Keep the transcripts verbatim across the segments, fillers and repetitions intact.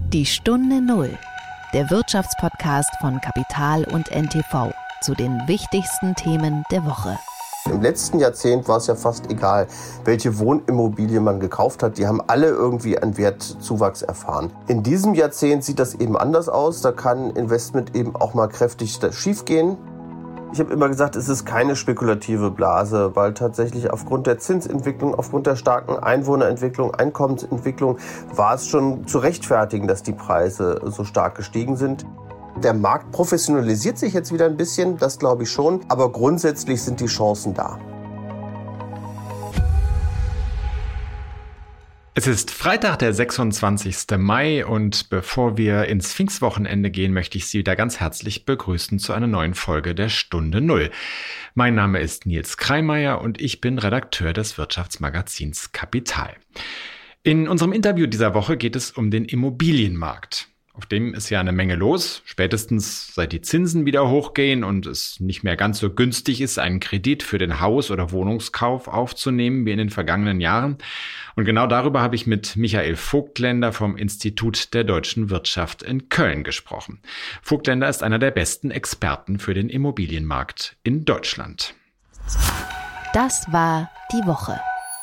Die Stunde Null, der Wirtschaftspodcast von Kapital und N T V zu den wichtigsten Themen der Woche. Im letzten Jahrzehnt war es ja fast egal, welche Wohnimmobilie man gekauft hat. Die haben alle irgendwie einen Wertzuwachs erfahren. In diesem Jahrzehnt sieht das eben anders aus. Da kann Investment eben auch mal kräftig schief gehen. Ich habe immer gesagt, es ist keine spekulative Blase, weil tatsächlich aufgrund der Zinsentwicklung, aufgrund der starken Einwohnerentwicklung, Einkommensentwicklung war es schon zu rechtfertigen, dass die Preise so stark gestiegen sind. Der Markt professionalisiert sich jetzt wieder ein bisschen, das glaube ich schon, aber grundsätzlich sind die Chancen da. Es ist Freitag, der sechsundzwanzigster Mai, und bevor wir ins Pfingstwochenende gehen, möchte ich Sie wieder ganz herzlich begrüßen zu einer neuen Folge der Stunde Null. Mein Name ist Nils Kreimeier und ich bin Redakteur des Wirtschaftsmagazins Kapital. In unserem Interview dieser Woche geht es um den Immobilienmarkt. Auf dem ist ja eine Menge los, spätestens seit die Zinsen wieder hochgehen und es nicht mehr ganz so günstig ist, einen Kredit für den Haus- oder Wohnungskauf aufzunehmen wie in den vergangenen Jahren. Und genau darüber habe ich mit Michael Vogtländer vom Institut der deutschen Wirtschaft in Köln gesprochen. Vogtländer ist einer der besten Experten für den Immobilienmarkt in Deutschland. Das war die Woche.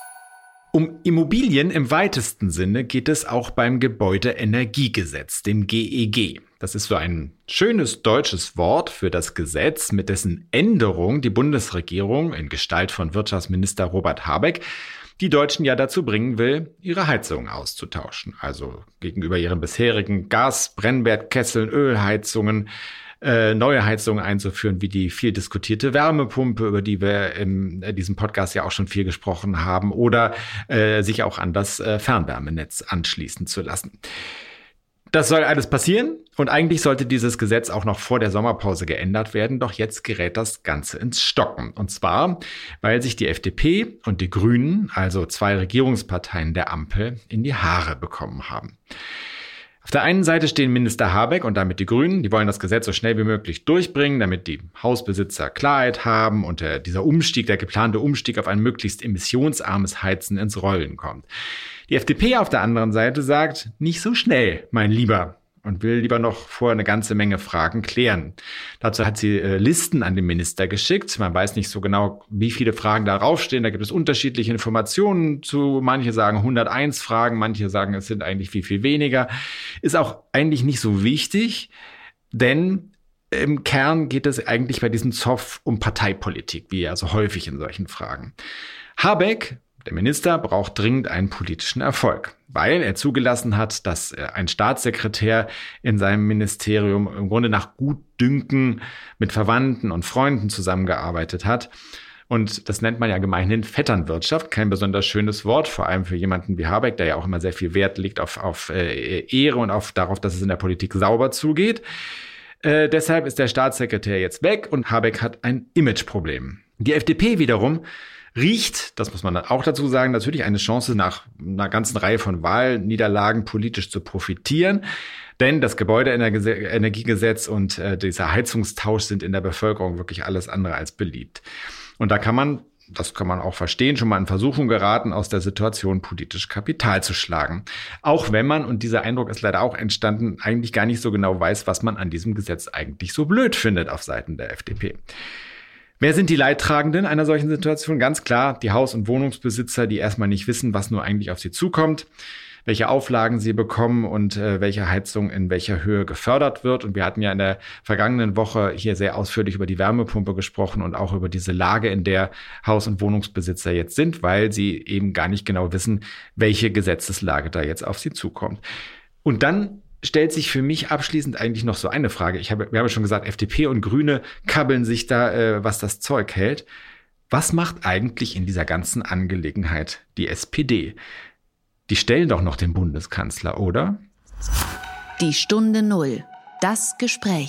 Um Immobilien im weitesten Sinne geht es auch beim Gebäudeenergiegesetz, dem G E G. Das ist so ein schönes deutsches Wort für das Gesetz, mit dessen Änderung die Bundesregierung in Gestalt von Wirtschaftsminister Robert Habeck die Deutschen ja dazu bringen will, ihre Heizungen auszutauschen. Also gegenüber ihren bisherigen Gas-, Brennwertkesseln, Ölheizungen, Äh, neue Heizungen einzuführen, wie die viel diskutierte Wärmepumpe, über die wir in äh, diesem Podcast ja auch schon viel gesprochen haben, oder äh, sich auch an das äh, Fernwärmenetz anschließen zu lassen. Das soll alles passieren und eigentlich sollte dieses Gesetz auch noch vor der Sommerpause geändert werden, doch jetzt gerät das Ganze ins Stocken. Und zwar, weil sich die F D P und die Grünen, also zwei Regierungsparteien der Ampel, in die Haare bekommen haben. Auf der einen Seite stehen Minister Habeck und damit die Grünen. Die wollen das Gesetz so schnell wie möglich durchbringen, damit die Hausbesitzer Klarheit haben und der, dieser Umstieg, der geplante Umstieg auf ein möglichst emissionsarmes Heizen ins Rollen kommt. Die F D P auf der anderen Seite sagt, nicht so schnell, mein Lieber, und will lieber noch vor eine ganze Menge Fragen klären. Dazu hat sie äh, Listen an den Minister geschickt. Man weiß nicht so genau, wie viele Fragen darauf stehen. Da gibt es unterschiedliche Informationen zu. Manche sagen hunderteins Fragen, manche sagen, es sind eigentlich viel, viel weniger. Ist auch eigentlich nicht so wichtig, denn im Kern geht es eigentlich bei diesem Zoff um Parteipolitik, wie ja so häufig in solchen Fragen. Habeck, der Minister, braucht dringend einen politischen Erfolg, weil er zugelassen hat, dass ein Staatssekretär in seinem Ministerium im Grunde nach Gutdünken mit Verwandten und Freunden zusammengearbeitet hat. Und das nennt man ja gemeinhin Vetternwirtschaft, kein besonders schönes Wort, vor allem für jemanden wie Habeck, der ja auch immer sehr viel Wert legt auf, auf äh, Ehre und auf darauf, dass es in der Politik sauber zugeht. Äh, deshalb ist der Staatssekretär jetzt weg und Habeck hat ein Imageproblem. Die F D P wiederum riecht, das muss man auch dazu sagen, natürlich eine Chance, nach einer ganzen Reihe von Wahlniederlagen politisch zu profitieren. Denn das Gebäudeenergiegesetz und äh, dieser Heizungstausch sind in der Bevölkerung wirklich alles andere als beliebt. Und da kann man, das kann man auch verstehen, schon mal in Versuchung geraten, aus der Situation politisch Kapital zu schlagen. Auch wenn man, und dieser Eindruck ist leider auch entstanden, eigentlich gar nicht so genau weiß, was man an diesem Gesetz eigentlich so blöd findet auf Seiten der F D P. Wer sind die Leidtragenden einer solchen Situation? Ganz klar, die Haus- und Wohnungsbesitzer, die erstmal nicht wissen, was nur eigentlich auf sie zukommt, welche Auflagen sie bekommen und äh, welche Heizung in welcher Höhe gefördert wird. Und wir hatten ja in der vergangenen Woche hier sehr ausführlich über die Wärmepumpe gesprochen und auch über diese Lage, in der Haus- und Wohnungsbesitzer jetzt sind, weil sie eben gar nicht genau wissen, welche Gesetzeslage da jetzt auf sie zukommt. Und dann stellt sich für mich abschließend eigentlich noch so eine Frage. Ich habe, wir haben schon gesagt, F D P und Grüne kabbeln sich da, äh, was das Zeug hält. Was macht eigentlich in dieser ganzen Angelegenheit die S P D? Die stellen doch noch den Bundeskanzler, oder? Die Stunde Null. Das Gespräch.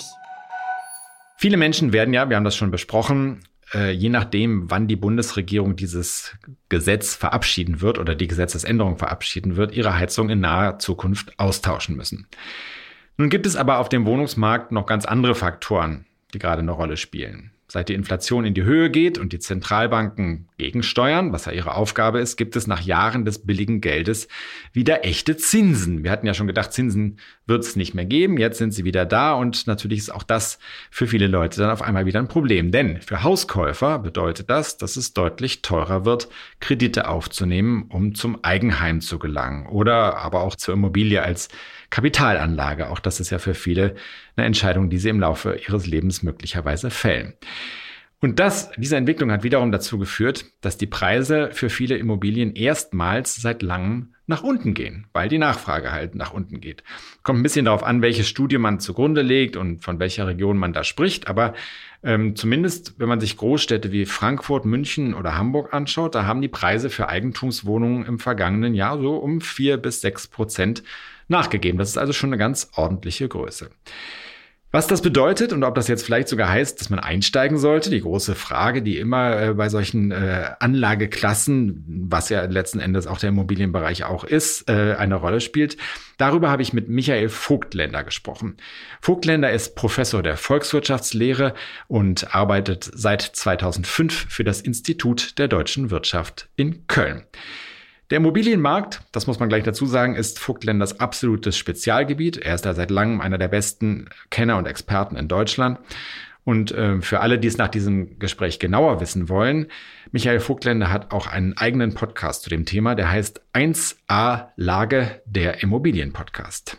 Viele Menschen werden ja, wir haben das schon besprochen, äh, je nachdem, wann die Bundesregierung dieses Gesetz verabschieden wird oder die Gesetzesänderung verabschieden wird, ihre Heizung in naher Zukunft austauschen müssen. Nun gibt es aber auf dem Wohnungsmarkt noch ganz andere Faktoren, die gerade eine Rolle spielen. Seit die Inflation in die Höhe geht und die Zentralbanken gegensteuern, was ja ihre Aufgabe ist, gibt es nach Jahren des billigen Geldes wieder echte Zinsen. Wir hatten ja schon gedacht, Zinsen wird es nicht mehr geben. Jetzt sind sie wieder da und natürlich ist auch das für viele Leute dann auf einmal wieder ein Problem. Denn für Hauskäufer bedeutet das, dass es deutlich teurer wird, Kredite aufzunehmen, um zum Eigenheim zu gelangen oder aber auch zur Immobilie als Kapitalanlage. Auch das ist ja für viele eine Entscheidung, die sie im Laufe ihres Lebens möglicherweise fällen. Und das, diese Entwicklung hat wiederum dazu geführt, dass die Preise für viele Immobilien erstmals seit langem nach unten gehen, weil die Nachfrage halt nach unten geht. Kommt ein bisschen darauf an, welche Studie man zugrunde legt und von welcher Region man da spricht. Aber ähm, zumindest, wenn man sich Großstädte wie Frankfurt, München oder Hamburg anschaut, da haben die Preise für Eigentumswohnungen im vergangenen Jahr so um vier bis sechs Prozent nachgegeben. Das ist also schon eine ganz ordentliche Größe. Was das bedeutet und ob das jetzt vielleicht sogar heißt, dass man einsteigen sollte, die große Frage, die immer äh, bei solchen äh, Anlageklassen, was ja letzten Endes auch der Immobilienbereich auch ist, äh, eine Rolle spielt. Darüber habe ich mit Michael Vogtländer gesprochen. Vogtländer ist Professor der Volkswirtschaftslehre und arbeitet seit zweitausendfünf für das Institut der deutschen Wirtschaft in Köln. Der Immobilienmarkt, das muss man gleich dazu sagen, ist Vogtländers absolutes Spezialgebiet. Er ist da seit langem einer der besten Kenner und Experten in Deutschland. Und äh, für alle, die es nach diesem Gespräch genauer wissen wollen, Michael Vogtländer hat auch einen eigenen Podcast zu dem Thema, der heißt eins a Lage, der Immobilienpodcast.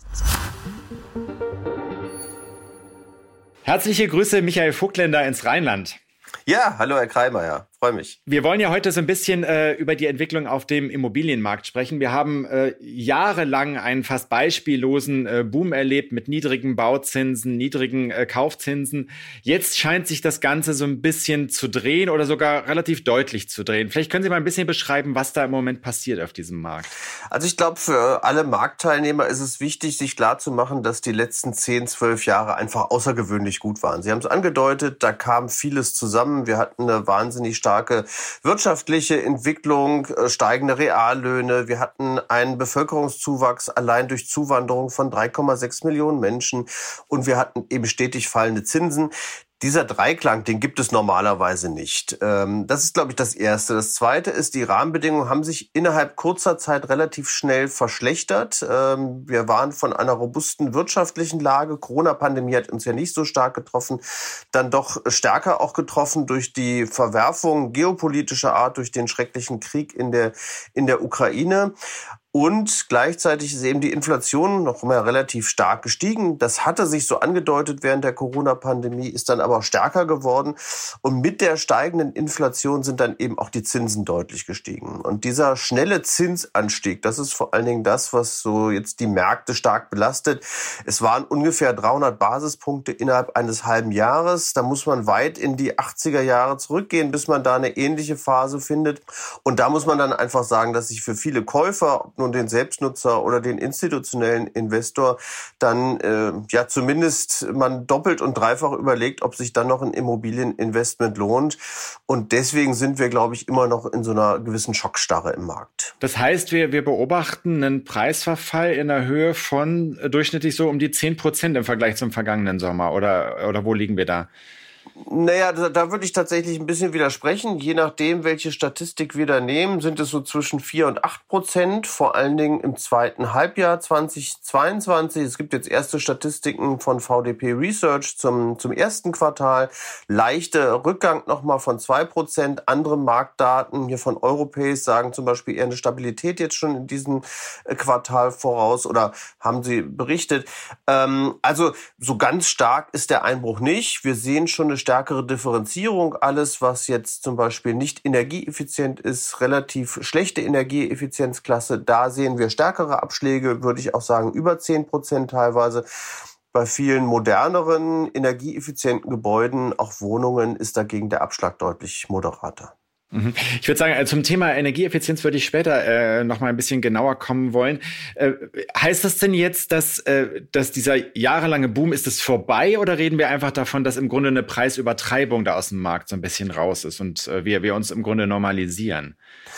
Herzliche Grüße, Michael Vogtländer ins Rheinland. Ja, hallo Herr Kreimeier, freue mich. Wir wollen ja heute so ein bisschen äh, über die Entwicklung auf dem Immobilienmarkt sprechen. Wir haben äh, jahrelang einen fast beispiellosen äh, Boom erlebt mit niedrigen Bauzinsen, niedrigen äh, Kaufzinsen. Jetzt scheint sich das Ganze so ein bisschen zu drehen oder sogar relativ deutlich zu drehen. Vielleicht können Sie mal ein bisschen beschreiben, was da im Moment passiert auf diesem Markt. Also ich glaube, für alle Marktteilnehmer ist es wichtig, sich klarzumachen, dass die letzten zehn, zwölf Jahre einfach außergewöhnlich gut waren. Sie haben es angedeutet, da kam vieles zusammen. Wir hatten eine wahnsinnig starke wirtschaftliche Entwicklung, steigende Reallöhne. Wir hatten einen Bevölkerungszuwachs allein durch Zuwanderung von drei Komma sechs Millionen Menschen und wir hatten eben stetig fallende Zinsen. Dieser Dreiklang, den gibt es normalerweise nicht. Das ist, glaube ich, das Erste. Das Zweite ist, die Rahmenbedingungen haben sich innerhalb kurzer Zeit relativ schnell verschlechtert. Wir waren von einer robusten wirtschaftlichen Lage, Corona-Pandemie hat uns ja nicht so stark getroffen, dann doch stärker auch getroffen durch die Verwerfung geopolitischer Art, durch den schrecklichen Krieg in der, in der Ukraine. Und gleichzeitig ist eben die Inflation noch immer relativ stark gestiegen. Das hatte sich so angedeutet während der Corona-Pandemie, ist dann aber stärker geworden. Und mit der steigenden Inflation sind dann eben auch die Zinsen deutlich gestiegen. Und dieser schnelle Zinsanstieg, das ist vor allen Dingen das, was so jetzt die Märkte stark belastet. Es waren ungefähr dreihundert Basispunkte innerhalb eines halben Jahres. Da muss man weit in die achtziger Jahre zurückgehen, bis man da eine ähnliche Phase findet. Und da muss man dann einfach sagen, dass sich für viele Käufer, ob nun den Selbstnutzer oder den institutionellen Investor, dann äh, ja zumindest man doppelt und dreifach überlegt, ob sich dann noch ein Immobilieninvestment lohnt. Und deswegen sind wir, glaube ich, immer noch in so einer gewissen Schockstarre im Markt. Das heißt, wir, wir beobachten einen Preisverfall in der Höhe von äh, durchschnittlich so um die zehn Prozent im Vergleich zum vergangenen Sommer. Oder, oder wo liegen wir da? Naja, da, da würde ich tatsächlich ein bisschen widersprechen. Je nachdem, welche Statistik wir da nehmen, sind es so zwischen vier und acht Prozent, vor allen Dingen im zweiten Halbjahr zweitausendzweiundzwanzig. Es gibt jetzt erste Statistiken von V D P Research zum, zum ersten Quartal. Leichter Rückgang nochmal von zwei Prozent. Andere Marktdaten hier von Europace sagen zum Beispiel eher eine Stabilität jetzt schon in diesem Quartal voraus oder haben sie berichtet. Ähm, also so ganz stark ist der Einbruch nicht. Wir sehen schon eine stärkere Differenzierung. Alles, was jetzt zum Beispiel nicht energieeffizient ist, relativ schlechte Energieeffizienzklasse, da sehen wir stärkere Abschläge, würde ich auch sagen, über zehn Prozent teilweise. Bei vielen moderneren, energieeffizienten Gebäuden, auch Wohnungen, ist dagegen der Abschlag deutlich moderater. Ich würde sagen, zum Thema Energieeffizienz würde ich später äh, noch mal ein bisschen genauer kommen wollen. Äh, heißt das denn jetzt, dass, äh, dass dieser jahrelange Boom, ist es vorbei oder reden wir einfach davon, dass im Grunde eine Preisübertreibung da aus dem Markt so ein bisschen raus ist und äh, wir, wir uns im Grunde normalisieren?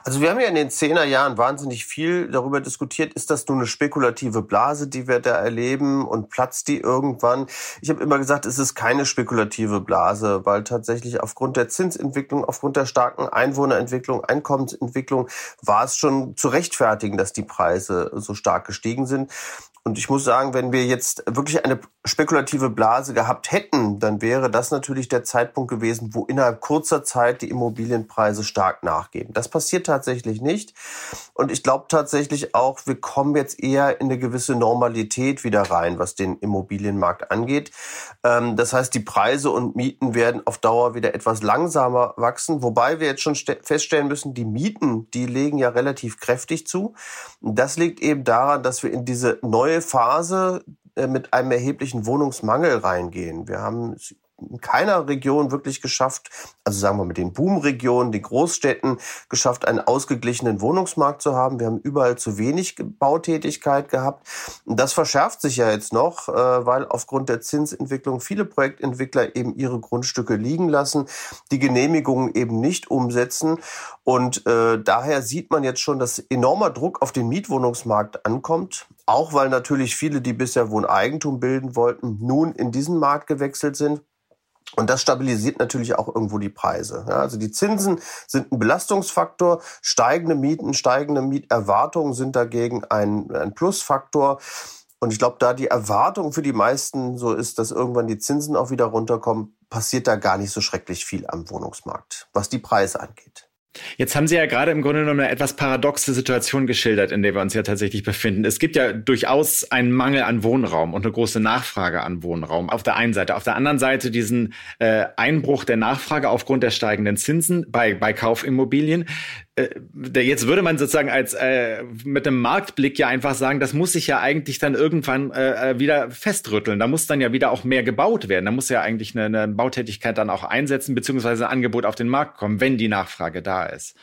Also wir haben ja in den zehner Jahren wahnsinnig viel darüber diskutiert, ist das nur eine spekulative Blase, die wir da erleben und platzt die irgendwann? Ich habe immer gesagt, es ist keine spekulative Blase, weil tatsächlich aufgrund der Zinsentwicklung, aufgrund der starken Einwohnerentwicklung, Einkommensentwicklung war es schon zu rechtfertigen, dass die Preise so stark gestiegen sind. Und ich muss sagen, wenn wir jetzt wirklich eine spekulative Blase gehabt hätten, dann wäre das natürlich der Zeitpunkt gewesen, wo innerhalb kurzer Zeit die Immobilienpreise stark nachgeben. Das passiert tatsächlich nicht. Und ich glaube tatsächlich auch, wir kommen jetzt eher in eine gewisse Normalität wieder rein, was den Immobilienmarkt angeht. Das heißt, die Preise und Mieten werden auf Dauer wieder etwas langsamer wachsen, wobei wir jetzt schon feststellen müssen, die Mieten, die legen ja relativ kräftig zu. Das liegt eben daran, dass wir in diese neue Phase mit einem erheblichen Wohnungsmangel reingehen. Wir haben in keiner Region wirklich geschafft, also sagen wir mit den Boomregionen, den Großstädten, geschafft, einen ausgeglichenen Wohnungsmarkt zu haben. Wir haben überall zu wenig Bautätigkeit gehabt. Und das verschärft sich ja jetzt noch, weil aufgrund der Zinsentwicklung viele Projektentwickler eben ihre Grundstücke liegen lassen, die Genehmigungen eben nicht umsetzen. Und äh, daher sieht man jetzt schon, dass enormer Druck auf den Mietwohnungsmarkt ankommt. Auch weil natürlich viele, die bisher Wohneigentum bilden wollten, nun in diesen Markt gewechselt sind. Und das stabilisiert natürlich auch irgendwo die Preise. Ja, also die Zinsen sind ein Belastungsfaktor, steigende Mieten, steigende Mieterwartungen sind dagegen ein, ein Plusfaktor. Und ich glaube, da die Erwartung für die meisten so ist, dass irgendwann die Zinsen auch wieder runterkommen, passiert da gar nicht so schrecklich viel am Wohnungsmarkt, was die Preise angeht. Jetzt haben Sie ja gerade im Grunde genommen eine etwas paradoxe Situation geschildert, in der wir uns ja tatsächlich befinden. Es gibt ja durchaus einen Mangel an Wohnraum und eine große Nachfrage an Wohnraum auf der einen Seite. Auf der anderen Seite diesen äh, Einbruch der Nachfrage aufgrund der steigenden Zinsen bei, bei Kaufimmobilien. Äh, jetzt würde man sozusagen als äh, mit einem Marktblick ja einfach sagen, das muss sich ja eigentlich dann irgendwann äh, wieder festrütteln. Da muss dann ja wieder auch mehr gebaut werden. Da muss ja eigentlich eine, eine Bautätigkeit dann auch einsetzen, beziehungsweise ein Angebot auf den Markt kommen, wenn die Nachfrage da ist.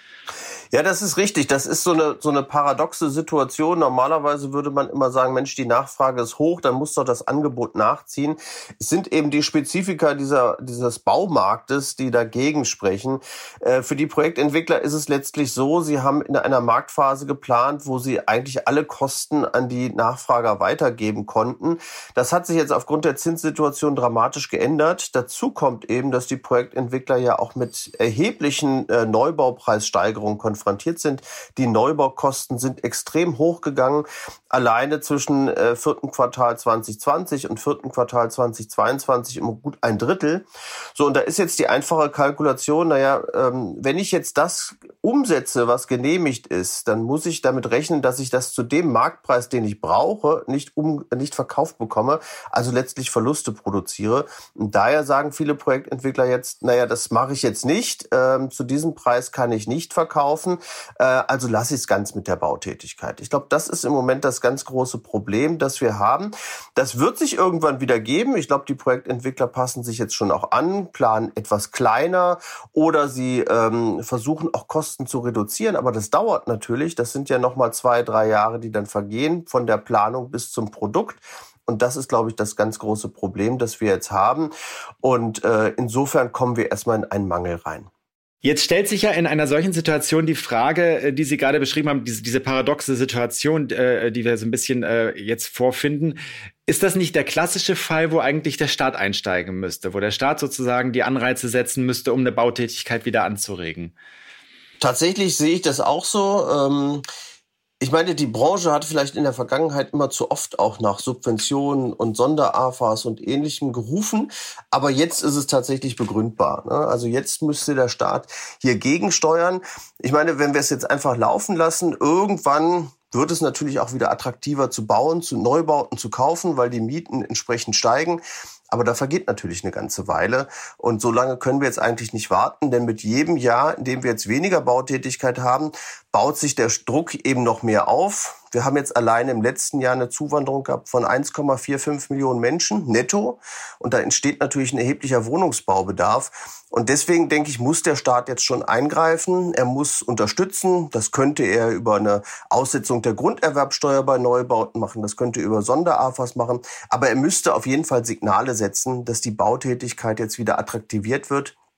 Ja, das ist richtig. Das ist so eine so eine paradoxe Situation. Normalerweise würde man immer sagen, Mensch, die Nachfrage ist hoch, dann muss doch das Angebot nachziehen. Es sind eben die Spezifika dieser dieses Baumarktes, die dagegen sprechen. Äh, für die Projektentwickler ist es letztlich so, sie haben in einer Marktphase geplant, wo sie eigentlich alle Kosten an die Nachfrager weitergeben konnten. Das hat sich jetzt aufgrund der Zinssituation dramatisch geändert. Dazu kommt eben, dass die Projektentwickler ja auch mit erheblichen äh, Neubaupreissteigerungen konfrontiert sind. Die Neubaukosten sind extrem hoch gegangen. Alleine zwischen äh, vierten Quartal zwanzig zwanzig und vierten Quartal zwanzig zweiundzwanzig um gut ein Drittel. So, und da ist jetzt die einfache Kalkulation, naja, ähm, wenn ich jetzt das umsetze, was genehmigt ist, dann muss ich damit rechnen, dass ich das zu dem Marktpreis, den ich brauche, nicht um nicht verkauft bekomme, also letztlich Verluste produziere. Und daher sagen viele Projektentwickler jetzt, naja, das mache ich jetzt nicht, ähm, zu diesem Preis kann ich nicht verkaufen, äh, also lasse ich es ganz mit der Bautätigkeit. Ich glaube, das ist im Moment das ganz große Problem, das wir haben. Das wird sich irgendwann wieder geben. Ich glaube, die Projektentwickler passen sich jetzt schon auch an, planen etwas kleiner oder sie ähm, versuchen auch Kosten zu reduzieren. Aber das dauert natürlich. Das sind ja nochmal zwei, drei Jahre, die dann vergehen von der Planung bis zum Produkt. Und das ist, glaube ich, das ganz große Problem, das wir jetzt haben. Und äh, insofern kommen wir erstmal in einen Mangel rein. Jetzt stellt sich ja in einer solchen Situation die Frage, die Sie gerade beschrieben haben, diese, diese paradoxe Situation, äh, die wir so ein bisschen äh, jetzt vorfinden. Ist das nicht der klassische Fall, wo eigentlich der Staat einsteigen müsste, wo der Staat sozusagen die Anreize setzen müsste, um eine Bautätigkeit wieder anzuregen? Tatsächlich sehe ich das auch so. Ähm Ich meine, die Branche hat vielleicht in der Vergangenheit immer zu oft auch nach Subventionen und Sonder-A F As und Ähnlichem gerufen. Aber jetzt ist es tatsächlich begründbar. Also jetzt müsste der Staat hier gegensteuern. Ich meine, wenn wir es jetzt einfach laufen lassen, irgendwann wird es natürlich auch wieder attraktiver zu bauen, zu Neubauten zu kaufen, weil die Mieten entsprechend steigen. Aber da vergeht natürlich eine ganze Weile. Und so lange können wir jetzt eigentlich nicht warten, denn mit jedem Jahr, in dem wir jetzt weniger Bautätigkeit haben, baut sich der Druck eben noch mehr auf. Wir haben jetzt alleine im letzten Jahr eine Zuwanderung gehabt von eins Komma fünfundvierzig Millionen Menschen netto. Und da entsteht natürlich ein erheblicher Wohnungsbaubedarf. Und deswegen, denke ich, muss der Staat jetzt schon eingreifen. Er muss unterstützen. Das könnte er über eine Aussetzung der Grunderwerbsteuer bei Neubauten machen. Das könnte er über Sonder-A F As machen. Aber er müsste auf jeden Fall Signale setzen, dass die Bautätigkeit jetzt wieder attraktiviert wird.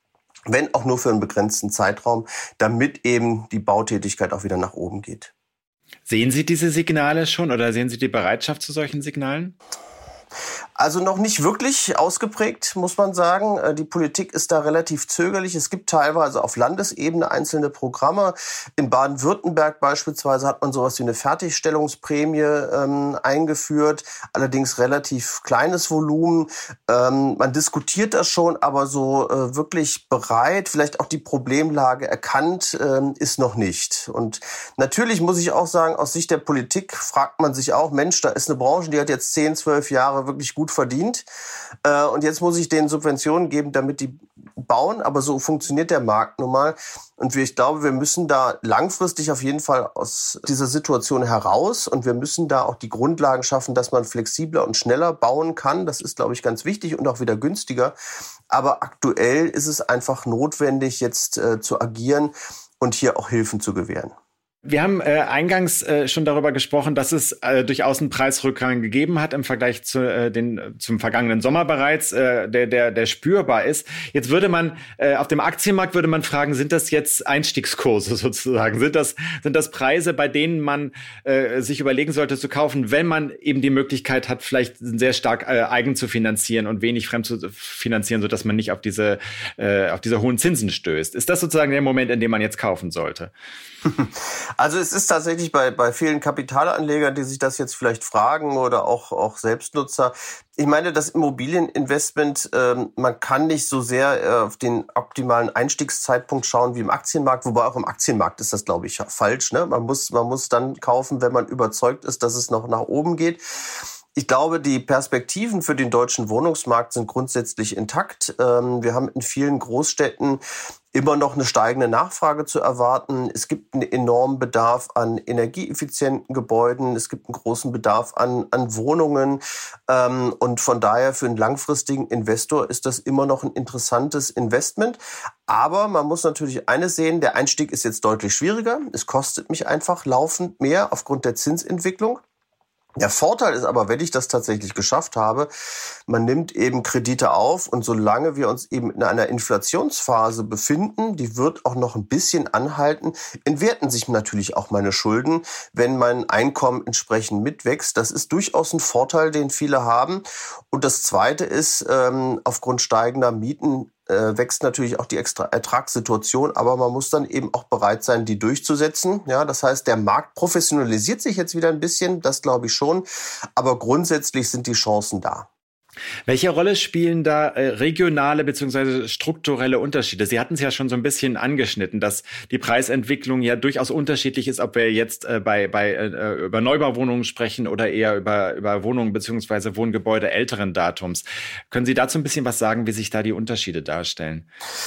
wenn auch nur für einen begrenzten Zeitraum, damit eben die Bautätigkeit auch wieder nach oben geht. Sehen Sie diese Signale schon oder sehen Sie die Bereitschaft zu solchen Signalen? Also noch nicht wirklich ausgeprägt, muss man sagen. Die Politik ist da relativ zögerlich. Es gibt teilweise auf Landesebene einzelne Programme. In Baden-Württemberg beispielsweise hat man sowas wie eine Fertigstellungsprämie ähm, eingeführt, allerdings relativ kleines Volumen. Ähm, man diskutiert das schon, aber so äh, wirklich bereit, vielleicht auch die Problemlage erkannt, ähm, ist noch nicht. Und natürlich muss ich auch sagen, aus Sicht der Politik fragt man sich auch, Mensch, da ist eine Branche, die hat jetzt zehn, zwölf Jahre wirklich gut verdient. Äh, und jetzt muss ich denen Subventionen geben, damit die bauen. Aber so funktioniert der Markt nun mal. Und ich glaube, wir müssen da langfristig auf jeden Fall aus dieser Situation heraus. Und wir müssen da auch die Grundlagen schaffen, dass man flexibler und schneller bauen kann. Das ist, glaube ich, ganz wichtig und auch wieder günstiger. Aber aktuell ist es einfach notwendig, jetzt äh, zu agieren und hier auch Hilfen zu gewähren. Wir haben äh, eingangs äh, schon darüber gesprochen, dass es äh, durchaus einen Preisrückgang gegeben hat im Vergleich zu äh, den zum vergangenen Sommer bereits, äh, der der der spürbar ist. Jetzt würde man äh, auf dem Aktienmarkt würde man fragen, sind das jetzt Einstiegskurse sozusagen? Sind das sind das Preise, bei denen man äh, sich überlegen sollte zu kaufen, wenn man eben die Möglichkeit hat, vielleicht sehr stark äh, eigen zu finanzieren und wenig fremd zu finanzieren, so dass man nicht auf diese äh, auf diese hohen Zinsen stößt? Ist das sozusagen der Moment, in dem man jetzt kaufen sollte? Also es ist tatsächlich bei bei vielen Kapitalanlegern, die sich das jetzt vielleicht fragen oder auch auch Selbstnutzer. Ich meine, das Immobilieninvestment, ähm, man kann nicht so sehr äh, auf den optimalen Einstiegszeitpunkt schauen wie im Aktienmarkt, wobei auch im Aktienmarkt ist das, glaube ich, falsch. Ne? Man muss man muss dann kaufen, wenn man überzeugt ist, dass es noch nach oben geht. Ich glaube, die Perspektiven für den deutschen Wohnungsmarkt sind grundsätzlich intakt. Wir haben in vielen Großstädten immer noch eine steigende Nachfrage zu erwarten. Es gibt einen enormen Bedarf an energieeffizienten Gebäuden. Es gibt einen großen Bedarf an, an Wohnungen. Und von daher für einen langfristigen Investor ist das immer noch ein interessantes Investment. Aber man muss natürlich eines sehen, der Einstieg ist jetzt deutlich schwieriger. Es kostet mich einfach laufend mehr aufgrund der Zinsentwicklung. Der Vorteil ist aber, wenn ich das tatsächlich geschafft habe, man nimmt eben Kredite auf und solange wir uns eben in einer Inflationsphase befinden, die wird auch noch ein bisschen anhalten, entwerten sich natürlich auch meine Schulden, wenn mein Einkommen entsprechend mitwächst. Das ist durchaus ein Vorteil, den viele haben. Und das Zweite ist, ähm, aufgrund steigender Mieten Äh, wächst natürlich auch die extra Ertragssituation, aber man muss dann eben auch bereit sein, die durchzusetzen. Ja, das heißt, der Markt professionalisiert sich jetzt wieder ein bisschen, das glaube ich schon, aber grundsätzlich sind die Chancen da. Welche Rolle spielen da äh, regionale bzw. strukturelle Unterschiede? Sie hatten es ja schon so ein bisschen angeschnitten, dass die Preisentwicklung ja durchaus unterschiedlich ist, ob wir jetzt äh, bei, bei äh, über Neubauwohnungen sprechen oder eher über, über Wohnungen bzw. Wohngebäude älteren Datums. Können Sie dazu ein bisschen was sagen, wie sich da die Unterschiede darstellen?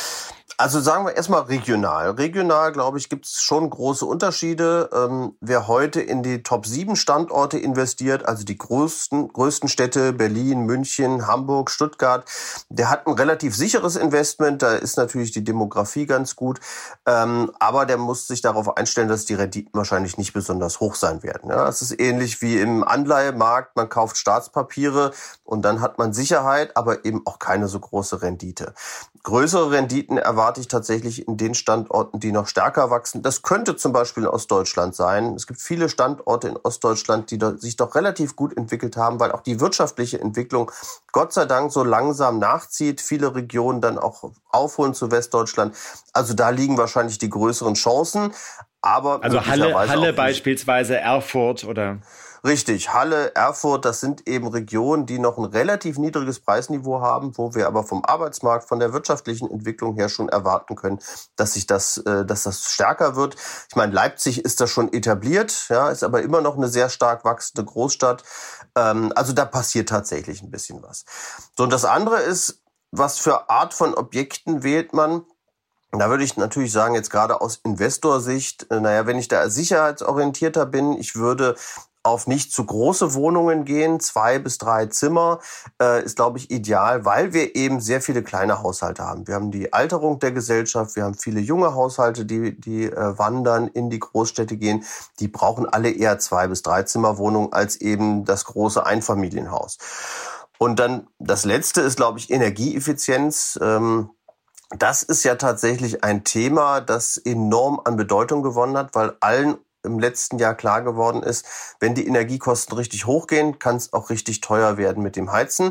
Also sagen wir erstmal regional. Regional, glaube ich, gibt es schon große Unterschiede. Ähm, wer heute in die Top sieben Standorte investiert, also die größten, größten Städte, Berlin, München, Hamburg, Stuttgart, der hat ein relativ sicheres Investment. Da ist natürlich die Demografie ganz gut. Ähm, aber der muss sich darauf einstellen, dass die Renditen wahrscheinlich nicht besonders hoch sein werden. Ja, es ist ähnlich wie im Anleihemarkt. Man kauft Staatspapiere und dann hat man Sicherheit, aber eben auch keine so große Rendite. Größere Renditen erwarte ich tatsächlich in den Standorten, die noch stärker wachsen. Das könnte zum Beispiel in Ostdeutschland sein. Es gibt viele Standorte in Ostdeutschland, die sich doch relativ gut entwickelt haben, weil auch die wirtschaftliche Entwicklung Gott sei Dank so langsam nachzieht. Viele Regionen dann auch aufholen zu Westdeutschland. Also da liegen wahrscheinlich die größeren Chancen. Aber also Halle, Halle beispielsweise, Erfurt oder... Richtig, Halle, Erfurt, das sind eben Regionen, die noch ein relativ niedriges Preisniveau haben, wo wir aber vom Arbeitsmarkt, von der wirtschaftlichen Entwicklung her schon erwarten können, dass sich das, dass das stärker wird. Ich meine, Leipzig ist das schon etabliert, ja, ist aber immer noch eine sehr stark wachsende Großstadt. Also da passiert tatsächlich ein bisschen was. So, und das andere ist, was für Art von Objekten wählt man? Da würde ich natürlich sagen, jetzt gerade aus Investorsicht, naja, wenn ich da sicherheitsorientierter bin, ich würde auf nicht zu große Wohnungen gehen, zwei bis drei Zimmer, äh, ist, glaube ich, ideal, weil wir eben sehr viele kleine Haushalte haben. Wir haben die Alterung der Gesellschaft, wir haben viele junge Haushalte, die die äh, wandern, in die Großstädte gehen. Die brauchen alle eher zwei bis drei Zimmerwohnungen als eben das große Einfamilienhaus. Und dann das Letzte ist, glaube ich, Energieeffizienz. Ähm, Das ist ja tatsächlich ein Thema, das enorm an Bedeutung gewonnen hat, weil allen im letzten Jahr klar geworden ist, wenn die Energiekosten richtig hochgehen, kann es auch richtig teuer werden mit dem Heizen.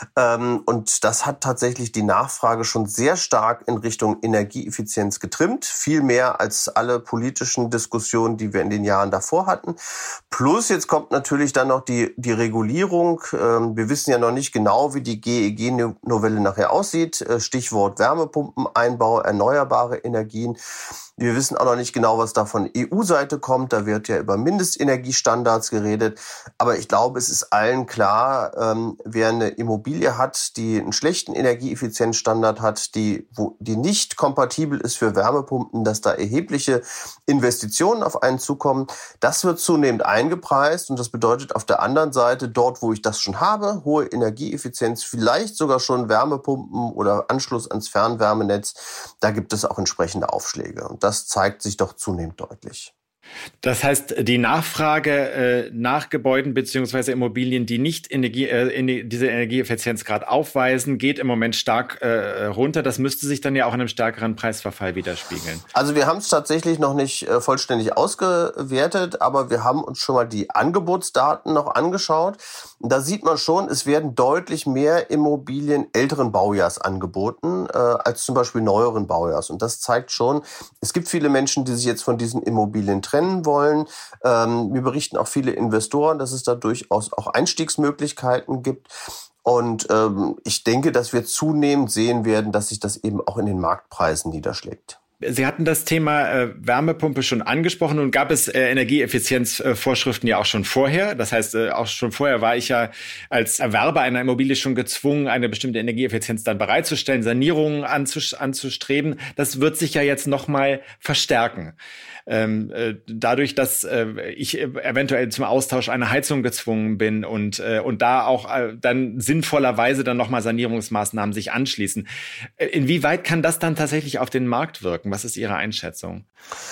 Und das hat tatsächlich die Nachfrage schon sehr stark in Richtung Energieeffizienz getrimmt. Viel mehr als alle politischen Diskussionen, die wir in den Jahren davor hatten. Plus jetzt kommt natürlich dann noch die, die Regulierung. Wir wissen ja noch nicht genau, wie die G E G-Novelle nachher aussieht. Stichwort Wärmepumpeneinbau, erneuerbare Energien. Wir wissen auch noch nicht genau, was da von E U-Seite kommt. Da wird ja über Mindestenergiestandards geredet. Aber ich glaube, es ist allen klar, ähm, wer eine Immobilie hat, die einen schlechten Energieeffizienzstandard hat, die, wo, die nicht kompatibel ist für Wärmepumpen, dass da erhebliche Investitionen auf einen zukommen. Das wird zunehmend eingepreist. Und das bedeutet auf der anderen Seite, dort, wo ich das schon habe, hohe Energieeffizienz, vielleicht sogar schon Wärmepumpen oder Anschluss ans Fernwärmenetz, da gibt es auch entsprechende Aufschläge. Und das zeigt sich doch zunehmend deutlich. Das heißt, die Nachfrage äh, nach Gebäuden bzw. Immobilien, die nicht Energie, äh, diese Energieeffizienzgrad aufweisen, geht im Moment stark äh, runter. Das müsste sich dann ja auch in einem stärkeren Preisverfall widerspiegeln. Also wir haben es tatsächlich noch nicht äh, vollständig ausgewertet, aber wir haben uns schon mal die Angebotsdaten noch angeschaut. Und da sieht man schon, es werden deutlich mehr Immobilien älteren Baujahrs angeboten, äh, als zum Beispiel neueren Baujahrs. Und das zeigt schon, es gibt viele Menschen, die sich jetzt von diesen Immobilien trennen wollen. Ähm, wir berichten auch viele Investoren, dass es da durchaus auch Einstiegsmöglichkeiten gibt. Und ähm, ich denke, dass wir zunehmend sehen werden, dass sich das eben auch in den Marktpreisen niederschlägt. Sie hatten das Thema äh, Wärmepumpe schon angesprochen und gab es äh, Energieeffizienzvorschriften äh, ja auch schon vorher. Das heißt, äh, auch schon vorher war ich ja als Erwerber einer Immobilie schon gezwungen, eine bestimmte Energieeffizienz dann bereitzustellen, Sanierungen anzus- anzustreben. Das wird sich ja jetzt nochmal verstärken. Ähm, äh, dadurch, dass äh, ich eventuell zum Austausch einer Heizung gezwungen bin und äh, und da auch äh, dann sinnvollerweise dann nochmal Sanierungsmaßnahmen sich anschließen. Äh, inwieweit kann das dann tatsächlich auf den Markt wirken? Was ist Ihre Einschätzung?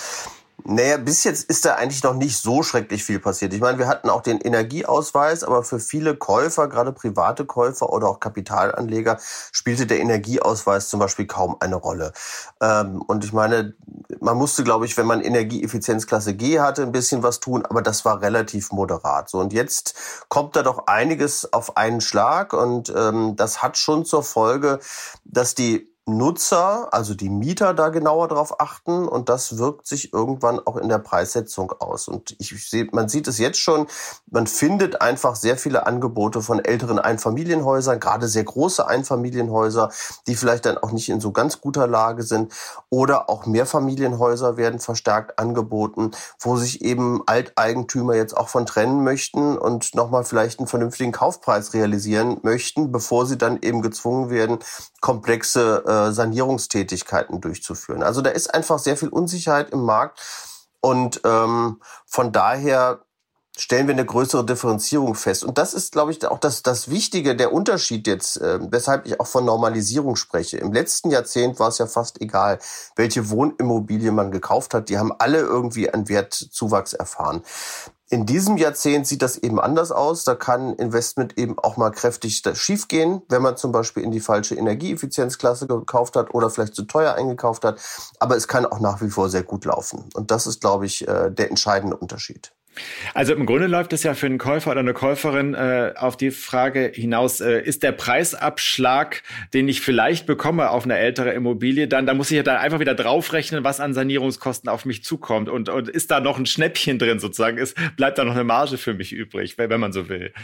Naja, bis jetzt ist da eigentlich noch nicht so schrecklich viel passiert. Ich meine, wir hatten auch den Energieausweis, aber für viele Käufer, gerade private Käufer oder auch Kapitalanleger, spielte der Energieausweis zum Beispiel kaum eine Rolle. Ähm, und ich meine, man musste, glaube ich, wenn man Energieeffizienzklasse G hatte, ein bisschen was tun, aber das war relativ moderat. So, und jetzt kommt da doch einiges auf einen Schlag und ähm, das hat schon zur Folge, dass die Nutzer, also die Mieter, da genauer drauf achten und das wirkt sich irgendwann auch in der Preissetzung aus. Und ich sehe, man sieht es jetzt schon, man findet einfach sehr viele Angebote von älteren Einfamilienhäusern, gerade sehr große Einfamilienhäuser, die vielleicht dann auch nicht in so ganz guter Lage sind, oder auch Mehrfamilienhäuser werden verstärkt angeboten, wo sich eben Alteigentümer jetzt auch von trennen möchten und nochmal vielleicht einen vernünftigen Kaufpreis realisieren möchten, bevor sie dann eben gezwungen werden, komplexe äh, Sanierungstätigkeiten durchzuführen. Also da ist einfach sehr viel Unsicherheit im Markt und ähm, von daher stellen wir eine größere Differenzierung fest. Und das ist, glaube ich, auch das, das Wichtige, der Unterschied jetzt, äh, weshalb ich auch von Normalisierung spreche. Im letzten Jahrzehnt war es ja fast egal, welche Wohnimmobilie man gekauft hat. Die haben alle irgendwie einen Wertzuwachs erfahren. In diesem Jahrzehnt sieht das eben anders aus. Da kann Investment eben auch mal kräftig schiefgehen, wenn man zum Beispiel in die falsche Energieeffizienzklasse gekauft hat oder vielleicht zu teuer eingekauft hat. Aber es kann auch nach wie vor sehr gut laufen. Und das ist, glaube ich, der entscheidende Unterschied. Also im Grunde läuft es ja für einen Käufer oder eine Käuferin äh, auf die Frage hinaus, äh, ist der Preisabschlag, den ich vielleicht bekomme auf eine ältere Immobilie, dann da muss ich ja dann einfach wieder draufrechnen, was an Sanierungskosten auf mich zukommt und, und ist da noch ein Schnäppchen drin sozusagen, ist, bleibt da noch eine Marge für mich übrig, wenn man so will.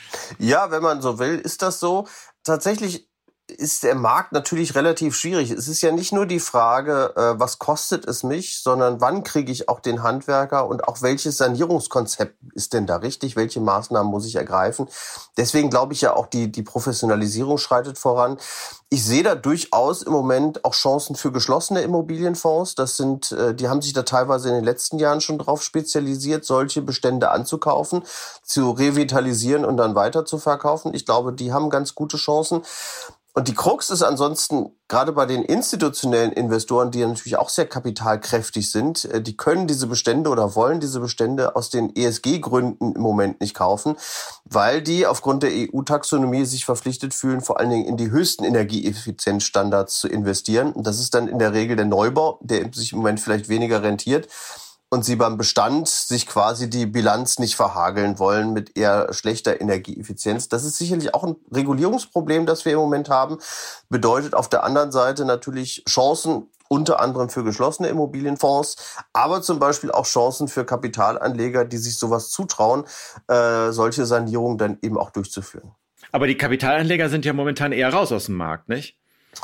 Ja, wenn man so will, ist das so. Tatsächlich ist der Markt natürlich relativ schwierig. Es ist ja nicht nur die Frage, äh, was kostet es mich, sondern wann kriege ich auch den Handwerker und auch welches Sanierungskonzept ist denn da richtig, welche Maßnahmen muss ich ergreifen. Deswegen glaube ich ja auch, die, die Professionalisierung schreitet voran. Ich sehe da durchaus im Moment auch Chancen für geschlossene Immobilienfonds. Das sind, äh, die haben sich da teilweise in den letzten Jahren schon drauf spezialisiert, solche Bestände anzukaufen, zu revitalisieren und dann weiter zu verkaufen. Ich glaube, die haben ganz gute Chancen. Und die Krux ist ansonsten, gerade bei den institutionellen Investoren, die natürlich auch sehr kapitalkräftig sind, die können diese Bestände oder wollen diese Bestände aus den E S G-Gründen im Moment nicht kaufen, weil die aufgrund der E U-Taxonomie sich verpflichtet fühlen, vor allen Dingen in die höchsten Energieeffizienzstandards zu investieren. Und das ist dann in der Regel der Neubau, der sich im Moment vielleicht weniger rentiert. Und sie beim Bestand sich quasi die Bilanz nicht verhageln wollen mit eher schlechter Energieeffizienz. Das ist sicherlich auch ein Regulierungsproblem, das wir im Moment haben. Bedeutet auf der anderen Seite natürlich Chancen, unter anderem für geschlossene Immobilienfonds, aber zum Beispiel auch Chancen für Kapitalanleger, die sich sowas zutrauen, äh, solche Sanierungen dann eben auch durchzuführen. Aber die Kapitalanleger sind ja momentan eher raus aus dem Markt, nicht?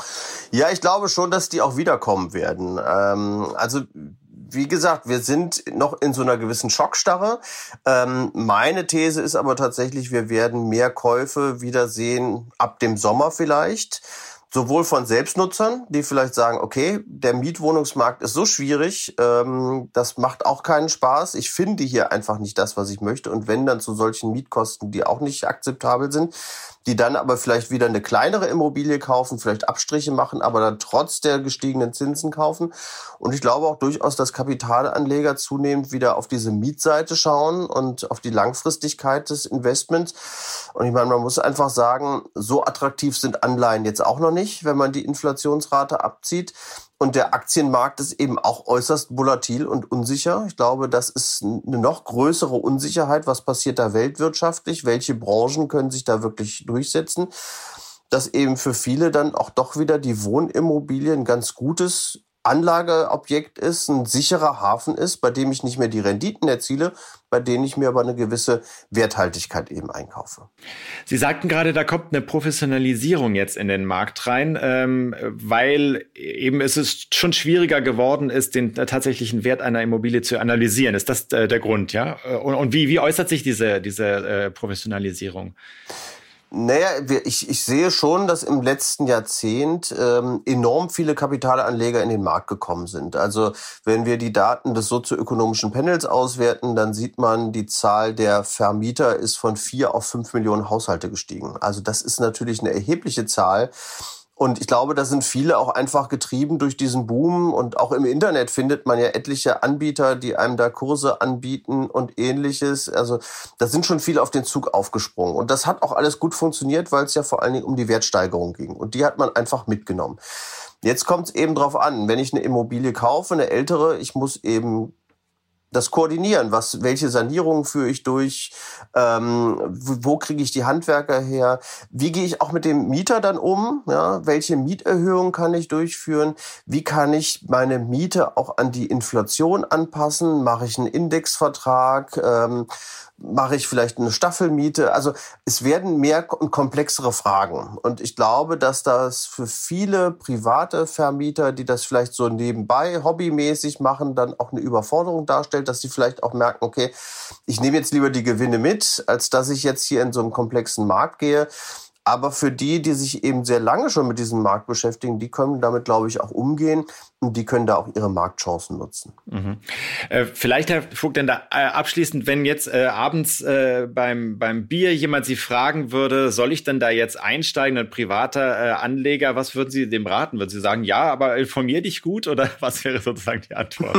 Ja, ich glaube schon, dass die auch wiederkommen werden. Ähm, also Wie gesagt, wir sind noch in so einer gewissen Schockstarre. Ähm, meine These ist aber tatsächlich, wir werden mehr Käufe wiedersehen ab dem Sommer vielleicht. Sowohl von Selbstnutzern, die vielleicht sagen, okay, der Mietwohnungsmarkt ist so schwierig, ähm, das macht auch keinen Spaß. Ich finde hier einfach nicht das, was ich möchte. Und wenn, dann zu solchen Mietkosten, die auch nicht akzeptabel sind, die dann aber vielleicht wieder eine kleinere Immobilie kaufen, vielleicht Abstriche machen, aber dann trotz der gestiegenen Zinsen kaufen. Und ich glaube auch durchaus, dass Kapitalanleger zunehmend wieder auf diese Mietseite schauen und auf die Langfristigkeit des Investments. Und ich meine, man muss einfach sagen, so attraktiv sind Anleihen jetzt auch noch nicht, wenn man die Inflationsrate abzieht. Und der Aktienmarkt ist eben auch äußerst volatil und unsicher. Ich glaube, das ist eine noch größere Unsicherheit. Was passiert da weltwirtschaftlich? Welche Branchen können sich da wirklich durchsetzen? Dass eben für viele dann auch doch wieder die Wohnimmobilie ein ganz gutes Anlageobjekt ist, ein sicherer Hafen ist, bei dem ich nicht mehr die Renditen erziele, bei denen ich mir aber eine gewisse Werthaltigkeit eben einkaufe. Sie sagten gerade, da kommt eine Professionalisierung jetzt in den Markt rein, ähm, weil eben es ist schon schwieriger geworden ist, den äh, tatsächlichen Wert einer Immobilie zu analysieren. Ist das äh, der Grund, ja? Und, und wie, wie äußert sich diese, diese äh, Professionalisierung? Naja, ich, ich sehe schon, dass im letzten Jahrzehnt ähm, enorm viele Kapitalanleger in den Markt gekommen sind. Also wenn wir die Daten des sozioökonomischen Panels auswerten, dann sieht man, die Zahl der Vermieter ist von vier auf fünf Millionen Haushalte gestiegen. Also das ist natürlich eine erhebliche Zahl. Und ich glaube, da sind viele auch einfach getrieben durch diesen Boom. Und auch im Internet findet man ja etliche Anbieter, die einem da Kurse anbieten und Ähnliches. Also da sind schon viele auf den Zug aufgesprungen. Und das hat auch alles gut funktioniert, weil es ja vor allen Dingen um die Wertsteigerung ging. Und die hat man einfach mitgenommen. Jetzt kommt es eben drauf an, wenn ich eine Immobilie kaufe, eine ältere, ich muss eben das koordinieren, was, welche Sanierungen führe ich durch, ähm, wo, wo kriege ich die Handwerker her, wie gehe ich auch mit dem Mieter dann um, ja, welche Mieterhöhungen kann ich durchführen, wie kann ich meine Miete auch an die Inflation anpassen, mache ich einen Indexvertrag, ähm, mache ich vielleicht eine Staffelmiete, also es werden mehr und komplexere Fragen und ich glaube, dass das für viele private Vermieter, die das vielleicht so nebenbei hobbymäßig machen, dann auch eine Überforderung darstellt, dass sie vielleicht auch merken, okay, ich nehme jetzt lieber die Gewinne mit, als dass ich jetzt hier in so einem komplexen Markt gehe. Aber für die, die sich eben sehr lange schon mit diesem Markt beschäftigen, die können damit, glaube ich, auch umgehen und die können da auch ihre Marktchancen nutzen. Mhm. Äh, vielleicht, Herr Vogt, denn da äh, abschließend, wenn jetzt äh, abends äh, beim beim Bier jemand Sie fragen würde, soll ich denn da jetzt einsteigen, ein privater äh, Anleger, was würden Sie dem raten? Würden Sie sagen, ja, aber informier dich gut oder was wäre sozusagen die Antwort?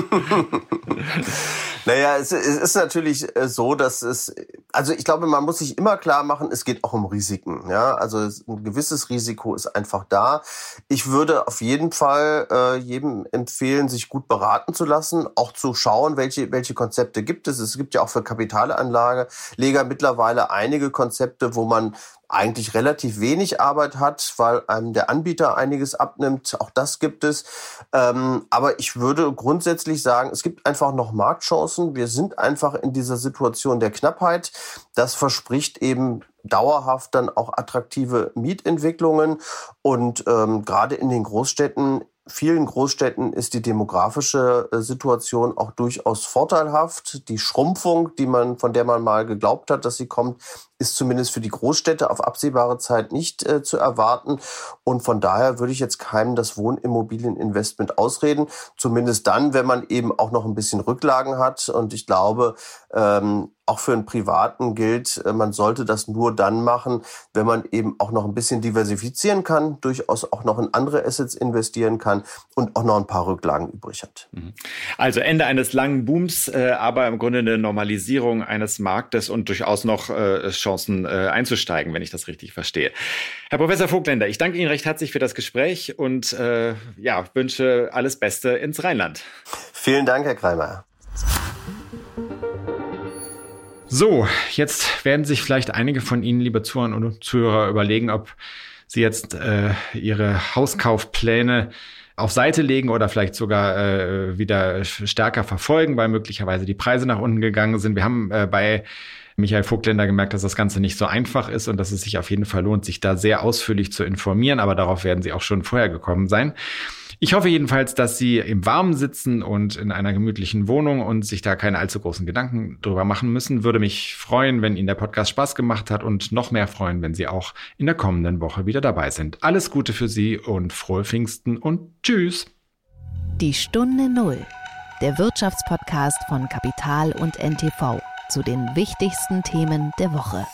Naja, es, es ist natürlich so, dass es, also ich glaube, man muss sich immer klar machen, es geht auch um Risiken, ja. Also ein gewisses Risiko ist einfach da. Ich würde auf jeden Fall äh, jedem empfehlen, sich gut beraten zu lassen, auch zu schauen, welche welche Konzepte gibt es. Es gibt ja auch für Kapitalanleger mittlerweile einige Konzepte, wo man eigentlich relativ wenig Arbeit hat, weil einem der Anbieter einiges abnimmt. Auch das gibt es. Ähm, aber ich würde grundsätzlich sagen, es gibt einfach noch Marktchancen. Wir sind einfach in dieser Situation der Knappheit. Das verspricht eben dauerhaft dann auch attraktive Mietentwicklungen. Und ähm, gerade in den Großstädten, vielen Großstädten ist die demografische Situation auch durchaus vorteilhaft. Die Schrumpfung, die man, von der man mal geglaubt hat, dass sie kommt, ist zumindest für die Großstädte auf absehbare Zeit nicht äh, zu erwarten. Und von daher würde ich jetzt keinem das Wohnimmobilieninvestment ausreden. Zumindest dann, wenn man eben auch noch ein bisschen Rücklagen hat. Und ich glaube, ähm, auch für einen Privaten gilt, man sollte das nur dann machen, wenn man eben auch noch ein bisschen diversifizieren kann, durchaus auch noch in andere Assets investieren kann und auch noch ein paar Rücklagen übrig hat. Also Ende eines langen Booms, äh, aber im Grunde eine Normalisierung eines Marktes und durchaus noch äh, Chancen äh, einzusteigen, wenn ich das richtig verstehe. Herr Professor Vogtländer, ich danke Ihnen recht herzlich für das Gespräch und äh, ja, wünsche alles Beste ins Rheinland. Vielen Dank, Herr Kreimeier. So, jetzt werden sich vielleicht einige von Ihnen, liebe Zuhörer und Zuhörer, überlegen, ob Sie jetzt äh, Ihre Hauskaufpläne auf Seite legen oder vielleicht sogar äh, wieder stärker verfolgen, weil möglicherweise die Preise nach unten gegangen sind. Wir haben äh, bei Michael Vogtländer gemerkt, dass das Ganze nicht so einfach ist und dass es sich auf jeden Fall lohnt, sich da sehr ausführlich zu informieren. Aber darauf werden Sie auch schon vorher gekommen sein. Ich hoffe jedenfalls, dass Sie im Warmen sitzen und in einer gemütlichen Wohnung und sich da keine allzu großen Gedanken drüber machen müssen. Würde mich freuen, wenn Ihnen der Podcast Spaß gemacht hat und noch mehr freuen, wenn Sie auch in der kommenden Woche wieder dabei sind. Alles Gute für Sie und frohe Pfingsten und tschüss. Die Stunde Null, der Wirtschaftspodcast von Kapital und N T V zu den wichtigsten Themen der Woche.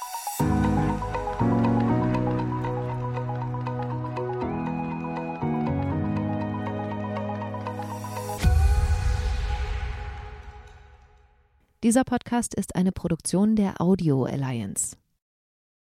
Dieser Podcast ist eine Produktion der Audio Alliance.